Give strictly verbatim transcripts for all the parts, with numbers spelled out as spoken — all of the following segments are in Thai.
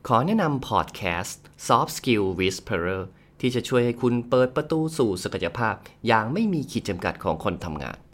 ขอแนะนำพอดแคสต์ Soft Skill Whisperer ที่จะช่วยให้คุณเปิดประตูสู่ศักยภาพอย่างไม่มีขีดจำกัดของคนทำงาน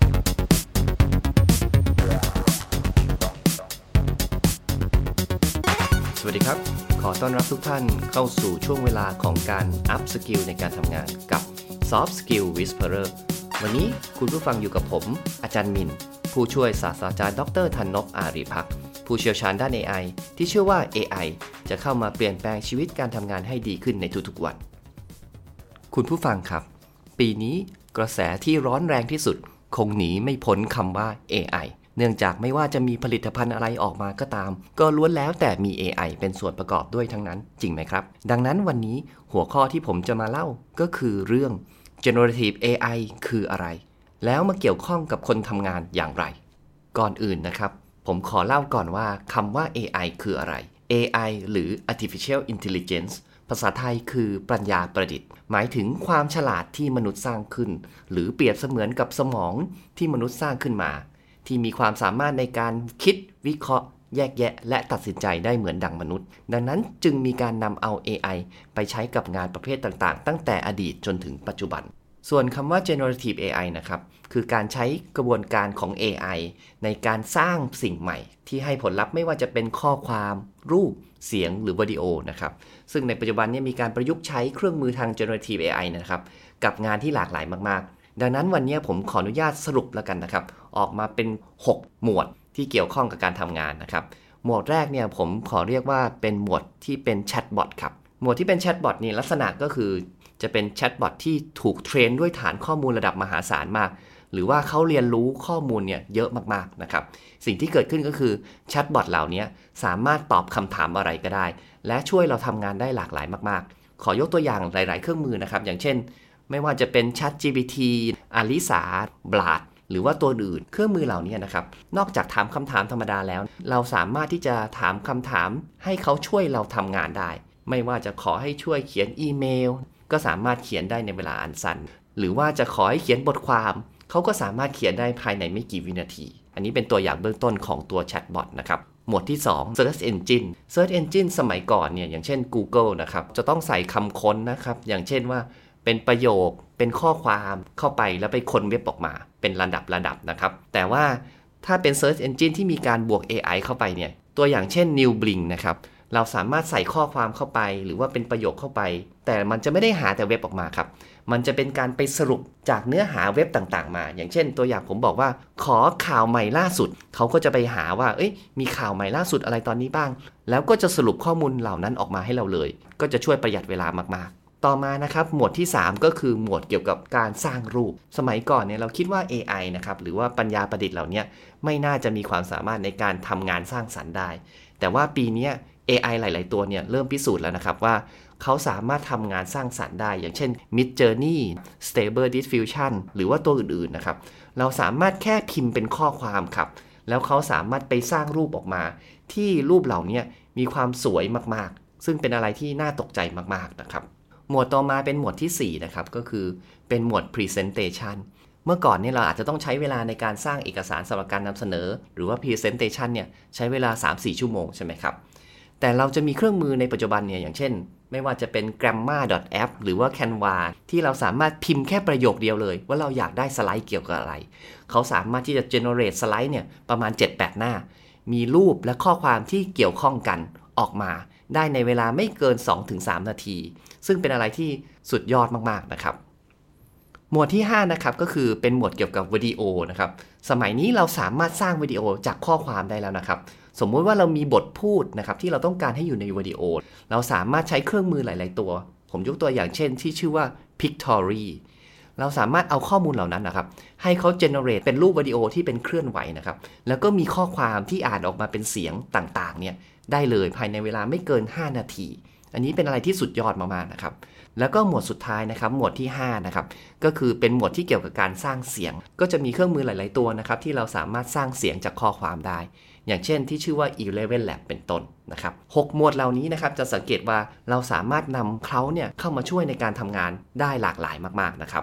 สวัสดีครับขอต้อนรับทุกท่านเข้าสู่ช่วงเวลาของการ Up Skill ในการทำงานกับ Soft Skill Whisperer วันนี้คุณผู้ฟังอยู่กับผมอาจารย์มินผู้ช่วยศาสตราจารย์ดรธนพอารีภักดิ์ผู้เชี่ยวชาญด้าน เอ ไอ ที่เชื่อว่า เอ ไอ จะเข้ามาเปลี่ยนแปลงชีวิตการทำงานให้ดีขึ้นในทุกๆวันคุณผู้ฟังครับปีนี้กระแสที่ร้อนแรงที่สุดคงหนีไม่พ้นคำว่า เอ ไอ เนื่องจากไม่ว่าจะมีผลิตภัณฑ์อะไรออกมาก็ตามก็ล้วนแล้วแต่มี เอ ไอ เป็นส่วนประกอบด้วยทั้งนั้นจริงไหมครับดังนั้นวันนี้หัวข้อที่ผมจะมาเล่าก็คือเรื่อง Generative เอ ไอ คืออะไรแล้วมาเกี่ยวข้องกับคนทำงานอย่างไรก่อนอื่นนะครับผมขอเล่าก่อนว่าคำว่า เอ ไอ คืออะไร เอ ไอ หรือ Artificial Intelligence ภาษาไทยคือปัญญาประดิษฐ์หมายถึงความฉลาดที่มนุษย์สร้างขึ้นหรือเปรียบเสมือนกับสมองที่มนุษย์สร้างขึ้นมาที่มีความสามารถในการคิดวิเคราะห์แยกแยะและตัดสินใจได้เหมือนดังมนุษย์ดังนั้นจึงมีการนำเอา เอ ไอ ไปใช้กับงานประเภทต่างๆตั้งแต่อดีตจนถึงปัจจุบันส่วนคำว่า generative เอ ไอ นะครับคือการใช้กระบวนการของ เอ ไอ ในการสร้างสิ่งใหม่ที่ให้ผลลัพธ์ไม่ว่าจะเป็นข้อความรูปเสียงหรือวิดีโอนะครับซึ่งในปัจจุบันนี้มีการประยุกต์ใช้เครื่องมือทาง generative เอ ไอ นะครับกับงานที่หลากหลายมากๆดังนั้นวันนี้ผมขออนุญาตสรุปแล้วกันนะครับออกมาเป็นหกหมวดที่เกี่ยวข้องกับการทำงานนะครับหมวดแรกเนี่ยผมขอเรียกว่าเป็นหมวดที่เป็นแชทบอทครับหมวดที่เป็นแชทบอทนี่ลักษณะก็คือจะเป็นแชทบอทที่ถูกเทรนด้วยฐานข้อมูลระดับมหาศาลมากหรือว่าเขาเรียนรู้ข้อมูลเนี่ยเยอะมากๆนะครับสิ่งที่เกิดขึ้นก็คือแชทบอทเหล่านี้สามารถตอบคำถามอะไรก็ได้และช่วยเราทำงานได้หลากหลายมากๆขอยกตัวอย่างหลายๆเครื่องมือนะครับอย่างเช่นไม่ว่าจะเป็น ChatGPT Alisa Bard หรือว่าตัวอื่นเครื่องมือเหล่านี้นะครับนอกจากถามคำถามธรรมดาแล้วเราสามารถที่จะถามคำถามให้เขาช่วยเราทำงานได้ไม่ว่าจะขอให้ช่วยเขียนอีเมลก็สามารถเขียนได้ในเวลาอันสั้นหรือว่าจะขอให้เขียนบทความเขาก็สามารถเขียนได้ภายในไม่กี่วินาทีอันนี้เป็นตัวอย่างเบื้องต้นของตัวแชทบอทนะครับหมวดที่สอง Search Engine Search Engine สมัยก่อนเนี่ยอย่างเช่น Google นะครับจะต้องใส่คำค้นนะครับอย่างเช่นว่าเป็นประโยคเป็นข้อความเข้าไปแล้วไปค้นเว็บออกมาเป็นระดับระดับนะครับแต่ว่าถ้าเป็น Search Engine ที่มีการบวก เอ ไอ เข้าไปเนี่ยตัวอย่างเช่น Newblink นะครับเราสามารถใส่ข้อความเข้าไปหรือว่าเป็นประโยคเข้าไปแต่มันจะไม่ได้หาแต่เว็บออกมาครับมันจะเป็นการไปสรุปจากเนื้อหาเว็บต่างๆมาอย่างเช่นตัวอย่างผมบอกว่าขอข่าวใหม่ล่าสุดเขาก็จะไปหาว่าเอ้ยมีข่าวใหม่ล่าสุดอะไรตอนนี้บ้างแล้วก็จะสรุปข้อมูลเหล่านั้นออกมาให้เราเลยก็จะช่วยประหยัดเวลามากๆต่อมานะครับหมวดที่สามก็คือหมวดเกี่ยวกับการสร้างรูปสมัยก่อนเนี่ยเราคิดว่า เอ ไอ นะครับหรือว่าปัญญาประดิษฐ์เหล่านี้ไม่น่าจะมีความสามารถในการทำงานสร้างสรรค์ได้แต่ว่าปีนี้เอ ไอ หลายๆตัวเนี่ยเริ่มพิสูจน์แล้วนะครับว่าเขาสามารถทำงานสร้างสรรค์ได้อย่างเช่น Midjourney Stable Diffusion หรือว่าตัวอื่นๆนะครับเราสามารถแค่พิมพ์เป็นข้อความครับแล้วเขาสามารถไปสร้างรูปออกมาที่รูปเหล่านี้มีความสวยมากๆซึ่งเป็นอะไรที่น่าตกใจมากๆนะครับหมวดต่อมาเป็นหมวดที่สี่นะครับก็คือเป็นหมวด Presentation เมื่อก่อนเนี่ยเราอาจจะต้องใช้เวลาในการสร้างเอกสารสำหรับการนำเสนอหรือว่า Presentation เนี่ยใช้เวลา สามถึงสี่ ชั่วโมงใช่ไหมครับแต่เราจะมีเครื่องมือในปัจจุบันเนี่ยอย่างเช่นไม่ว่าจะเป็น Gramma ดอท แอป หรือว่า Canva ที่เราสามารถพิมพ์แค่ประโยคเดียวเลยว่าเราอยากได้สไลด์เกี่ยวกับอะไรเขาสามารถที่จะ generate สไลด์เนี่ยประมาณ เจ็ดแปด หน้ามีรูปและข้อความที่เกี่ยวข้องกันออกมาได้ในเวลาไม่เกิน สองถึงสาม นาทีซึ่งเป็นอะไรที่สุดยอดมากๆนะครับหมวดที่ห้านะครับก็คือเป็นหมวดเกี่ยวกับวิดีโอนะครับสมัยนี้เราสามารถสร้างวิดีโอจากข้อความได้แล้วนะครับสมมุติว่าเรามีบทพูดนะครับที่เราต้องการให้อยู่ในวิดีโอเราสามารถใช้เครื่องมือหลายๆตัวผมยกตัวอย่างเช่นที่ชื่อว่า Pictory เราสามารถเอาข้อมูลเหล่านั้นนะครับให้เขา generate เป็นรูปวิดีโอที่เป็นเคลื่อนไหวนะครับแล้วก็มีข้อความที่อ่านออกมาเป็นเสียงต่างๆเนี่ยได้เลยภายในเวลาไม่เกินห้านาทีอันนี้เป็นอะไรที่สุดยอดมากๆนะครับแล้วก็หมวดสุดท้ายนะครับหมวดที่ห้านะครับก็คือเป็นหมวดที่เกี่ยวกับการสร้างเสียงก็จะมีเครื่องมือหลายๆตัวนะครับที่เราสามารถสร้างเสียงจากข้อความได้อย่างเช่นที่ชื่อว่า Eleven Lab เป็นต้นนะครับหกหมวดเหล่านี้นะครับจะสังเกตว่าเราสามารถนำเขาเนี่ยเข้ามาช่วยในการทำงานได้หลากหลายมากๆนะครับ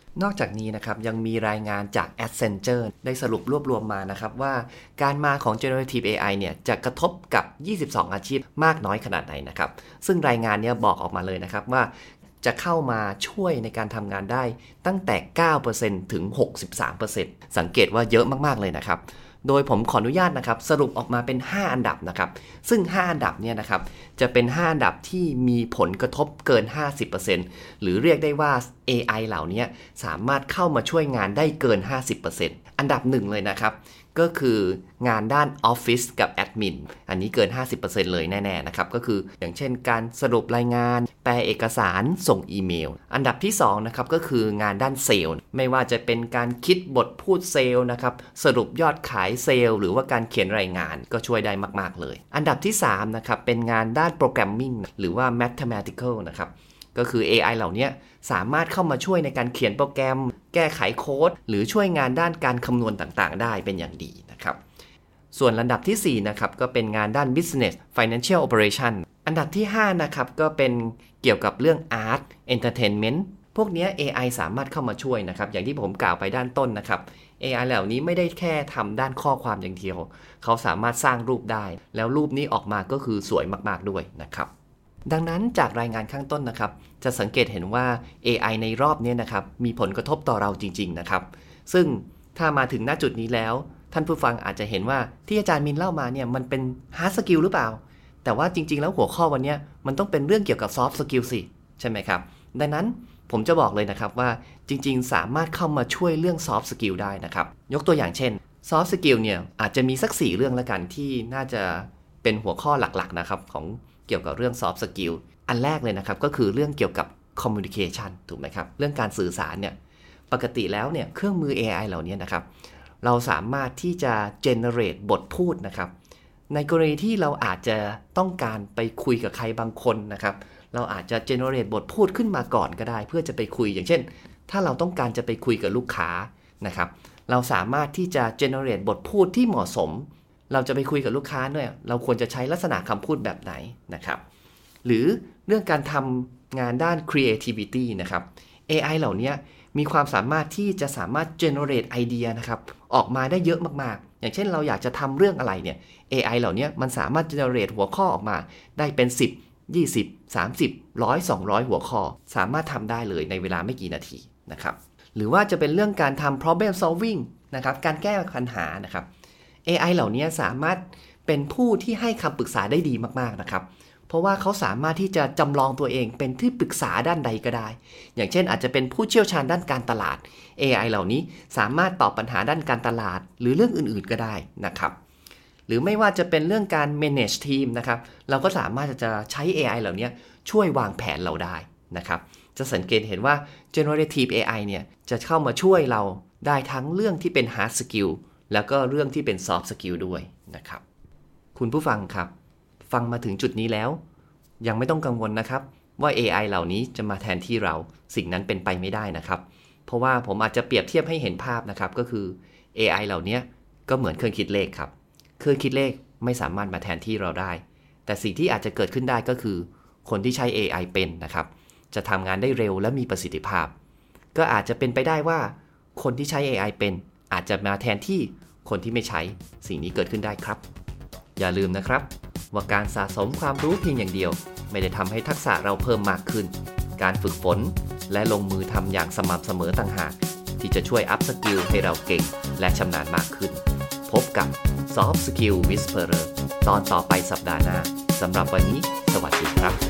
นอกจากนี้นะครับยังมีรายงานจาก Accenture ได้สรุปรวบรวมมานะครับว่าการมาของ Generative เอ ไอ เนี่ยจะกระทบกับยี่สิบสองอาชีพมากน้อยขนาดไหนนะครับซึ่งรายงานนี้บอกออกมาเลยนะครับว่าจะเข้ามาช่วยในการทำงานได้ตั้งแต่ เก้าเปอร์เซ็นต์ ถึง หกสิบสามเปอร์เซ็นต์ สังเกตว่าเยอะมากๆเลยนะครับโดยผมขออนุญาตนะครับสรุปออกมาเป็นห้าอันดับนะครับซึ่งห้าอันดับเนี่ยนะครับจะเป็นห้าอันดับที่มีผลกระทบเกิน ห้าสิบเปอร์เซ็นต์ หรือเรียกได้ว่า เอ ไอ เหล่านี้สามารถเข้ามาช่วยงานได้เกิน ห้าสิบเปอร์เซ็นต์ อันดับหนึ่งเลยนะครับก็คืองานด้านออฟฟิศกับแอดมินอันนี้เกิน ห้าสิบเปอร์เซ็นต์ เลยแน่ๆนะครับก็คืออย่างเช่นการสรุปรายงานแปลเอกสารส่งอีเมลอันดับที่สองนะครับก็คืองานด้านเซลล์ไม่ว่าจะเป็นการคิดบทพูดเซลล์นะครับสรุปยอดขายเซลล์หรือว่าการเขียนรายงานก็ช่วยได้มากๆเลยอันดับที่สามนะครับเป็นงานด้านโปรแกรมมิ่งหรือว่า mathematical นะครับก็คือ เอ ไอ เหล่านี้สามารถเข้ามาช่วยในการเขียนโปรแกรมแก้ไขโค้ดหรือช่วยงานด้านการคำนวณต่างๆได้เป็นอย่างดีนะครับส่วนลำดับที่สี่นะครับก็เป็นงานด้าน business financial operation อันดับที่ห้านะครับก็เป็นเกี่ยวกับเรื่อง art entertainment พวกนี้ เอ ไอ สามารถเข้ามาช่วยนะครับอย่างที่ผมกล่าวไปด้านต้นนะครับ เอ ไอ เหล่านี้ไม่ได้แค่ทำด้านข้อความอย่างเดียวเขาสามารถสร้างรูปได้แล้วรูปนี้ออกมาก็คือสวยมากๆด้วยนะครับดังนั้นจากรายงานข้างต้นนะครับจะสังเกตเห็นว่า เอ ไอ ในรอบนี้นะครับมีผลกระทบต่อเราจริงๆนะครับซึ่งถ้ามาถึงณจุดนี้แล้วท่านผู้ฟังอาจจะเห็นว่าที่อาจารย์มินเล่ามาเนี่ยมันเป็น hard skill หรือเปล่าแต่ว่าจริงๆแล้วหัวข้อวันนี้มันต้องเป็นเรื่องเกี่ยวกับ soft skill สิใช่ไหมครับดังนั้นผมจะบอกเลยนะครับว่าจริงๆสามารถเข้ามาช่วยเรื่อง soft skill ได้นะครับยกตัวอย่างเช่น soft skill เนี่ยอาจจะมีสักสี่เรื่องละกันที่น่าจะเป็นหัวข้อหลักๆนะครับของเกี่ยวกับเรื่อง soft skill อันแรกเลยนะครับก็คือเรื่องเกี่ยวกับ communication ถูกไหมครับเรื่องการสื่อสารเนี่ยปกติแล้วเนี่ยเครื่องมือ เอ ไอ เหล่านี้นะครับเราสามารถที่จะ generate บทพูดนะครับในกรณีที่เราอาจจะต้องการไปคุยกับใครบางคนนะครับเราอาจจะ generate บทพูดขึ้นมาก่อนก็ได้เพื่อจะไปคุยอย่างเช่นถ้าเราต้องการจะไปคุยกับลูกค้านะครับเราสามารถที่จะ generate บทพูดที่เหมาะสมเราจะไปคุยกับลูกค้าเนี่ยเราควรจะใช้ลักษณะคำพูดแบบไหนนะครับหรือเรื่องการทำงานด้าน creativity นะครับ เอ ไอ เหล่านี้มีความสามารถที่จะสามารถ generate ไอเดียนะครับออกมาได้เยอะมากๆอย่างเช่นเราอยากจะทำเรื่องอะไรเนี่ย เอ ไอ เหล่านี้มันสามารถ generate หัวข้อออกมาได้เป็นสิบ ยี่สิบ สามสิบ หนึ่งร้อย สองร้อยหัวข้อสามารถทำได้เลยในเวลาไม่กี่นาทีนะครับหรือว่าจะเป็นเรื่องการทำ problem solving นะครับการแก้ปัญหานะครับ เอ ไอ เหล่านี้สามารถเป็นผู้ที่ให้คำปรึกษาได้ดีมากๆนะครับเพราะว่าเขาสามารถที่จะจำลองตัวเองเป็นที่ปรึกษาด้านใดก็ได้อย่างเช่นอาจจะเป็นผู้เชี่ยวชาญด้านการตลาด เอ ไอ เหล่านี้สามารถตอบปัญหาด้านการตลาดหรือเรื่องอื่นๆก็ได้นะครับหรือไม่ว่าจะเป็นเรื่องการ manage team นะครับเราก็สามารถจะใช้ เอ ไอ เหล่านี้ช่วยวางแผนเราได้นะครับจะสังเกตเห็นว่า generative เอ ไอ เนี่ยจะเข้ามาช่วยเราได้ทั้งเรื่องที่เป็น hard skill แล้วก็เรื่องที่เป็น soft skill ด้วยนะครับคุณผู้ฟังครับฟังมาถึงจุดนี้แล้วยังไม่ต้องกังวลนะครับว่า เอ ไอ เหล่านี้จะมาแทนที่เราสิ่งนั้นเป็นไปไม่ได้นะครับเพราะว่าผมอาจจะเปรียบเทียบให้เห็นภาพนะครับก็คือ เอ ไอ เหล่านี้ก็เหมือนเครื่องคิดเลขครับเครื่องคิดเลขไม่สามารถมาแทนที่เราได้แต่สิ่งที่อาจจะเกิดขึ้นได้ก็คือคนที่ใช้ เอ ไอ เป็นนะครับจะทำงานได้เร็วและมีประสิทธิภาพก็อาจจะเป็นไปได้ว่าคนที่ใช้ เอ ไอ เป็นอาจจะมาแทนที่คนที่ไม่ใช้สิ่งนี้เกิดขึ้นได้ครับอย่าลืมนะครับว่าการสะสมความรู้เพียงอย่างเดียวไม่ได้ทำให้ทักษะเราเพิ่มมากขึ้นการฝึกฝนและลงมือทำอย่างสม่ำเสมอต่างหากที่จะช่วยอัพสกิลให้เราเก่งและชำนาญมากขึ้นพบกับ Soft Skill Whisperer ตอนต่อไปสัปดาห์หน้าสำหรับวันนี้สวัสดีครับ